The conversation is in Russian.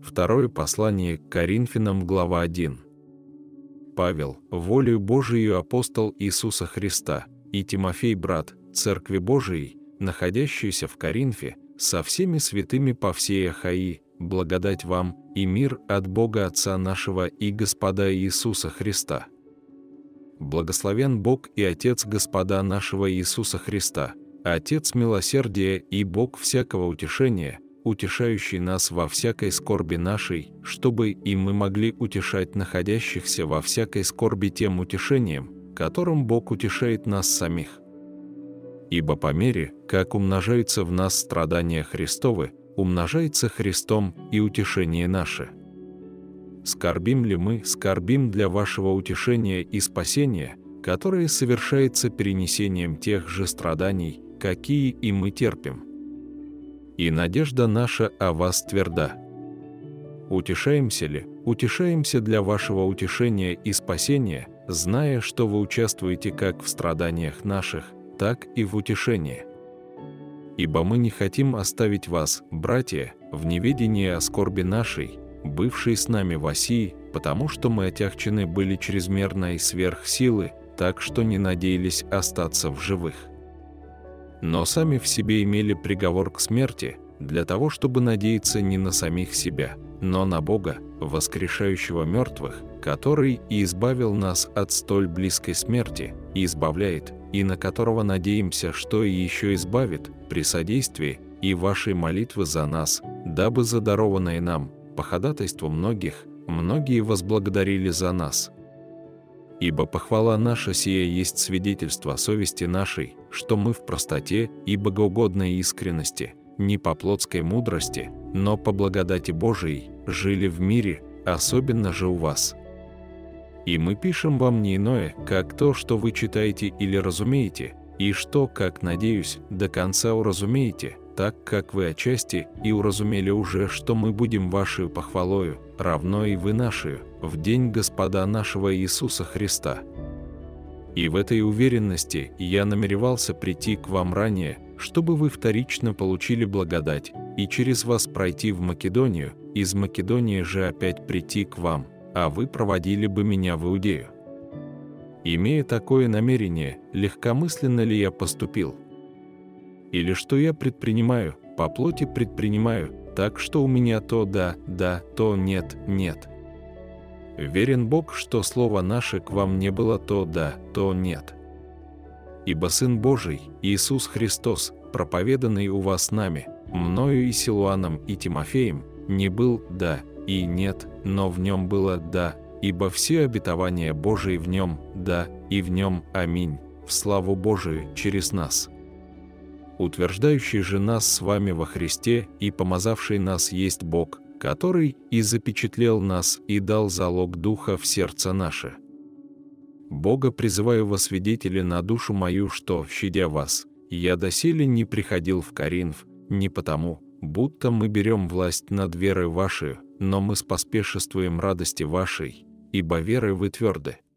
Второе послание к Коринфянам, глава 1. Павел, волею Божией апостол Иисуса Христа, и Тимофей, брат, Церкви Божией, находящийся в Коринфе, со всеми святыми по всей Ахаи, благодать вам и мир от Бога Отца нашего и Господа Иисуса Христа. Благословен Бог и Отец Господа нашего Иисуса Христа, Отец милосердия и Бог всякого утешения, утешающий нас во всякой скорби нашей, чтобы и мы могли утешать находящихся во всякой скорби тем утешением, которым Бог утешает нас самих. Ибо по мере, как умножаются в нас страдания Христовы, умножается Христом и утешение наше. Скорбим ли мы, скорбим для вашего утешения и спасения, которое совершается перенесением тех же страданий, какие и мы терпим. И надежда наша о вас тверда. Утешаемся ли? Утешаемся для вашего утешения и спасения, зная, что вы участвуете как в страданиях наших, так и в утешении. Ибо мы не хотим оставить вас, братья, в неведении о скорби нашей, бывшей с нами в Асии, потому что мы отягчены были чрезмерной сверх силы, так что не надеялись остаться в живых. Но сами в себе имели приговор к смерти, для того, чтобы надеяться не на самих себя, но на Бога, воскрешающего мертвых, который и избавил нас от столь близкой смерти, и избавляет, и на которого надеемся, что и еще избавит, при содействии и вашей молитвы за нас, дабы задарованные нам, по ходатайству многих, многие возблагодарили за нас. Ибо похвала наша сия есть свидетельство совести нашей, что мы в простоте и богоугодной искренности, не по плотской мудрости, но по благодати Божией, жили в мире, особенно же у вас. И мы пишем вам не иное, как то, что вы читаете или разумеете, и что, как надеюсь, до конца уразумеете, так как вы отчасти и уразумели уже, что мы будем вашей похвалою, равно и вы нашей, в день Господа нашего Иисуса Христа. И в этой уверенности я намеревался прийти к вам ранее, чтобы вы вторично получили благодать, и через вас пройти в Македонию, из Македонии же опять прийти к вам, а вы проводили бы меня в Иудею. Имея такое намерение, легкомысленно ли я поступил? Или что я предпринимаю, по плоти предпринимаю, так что у меня то да, да, то нет, нет. Верен Бог, что слово наше к вам не было то да, то нет. Ибо Сын Божий, Иисус Христос, проповеданный у вас нами, мною и Силуаном и Тимофеем, не был да и нет, но в нем было да, ибо все обетования Божии в нем да и в нем аминь, в славу Божию через нас. Утверждающий же нас с вами во Христе и помазавший нас есть Бог, который и запечатлел нас и дал залог Духа в сердце наше. Бога призываю во свидетели на душу мою, что, щадя вас, я доселе не приходил в Коринф, не потому, будто мы берем власть над верой вашей, но мы споспешествуем радости вашей, ибо верой вы тверды.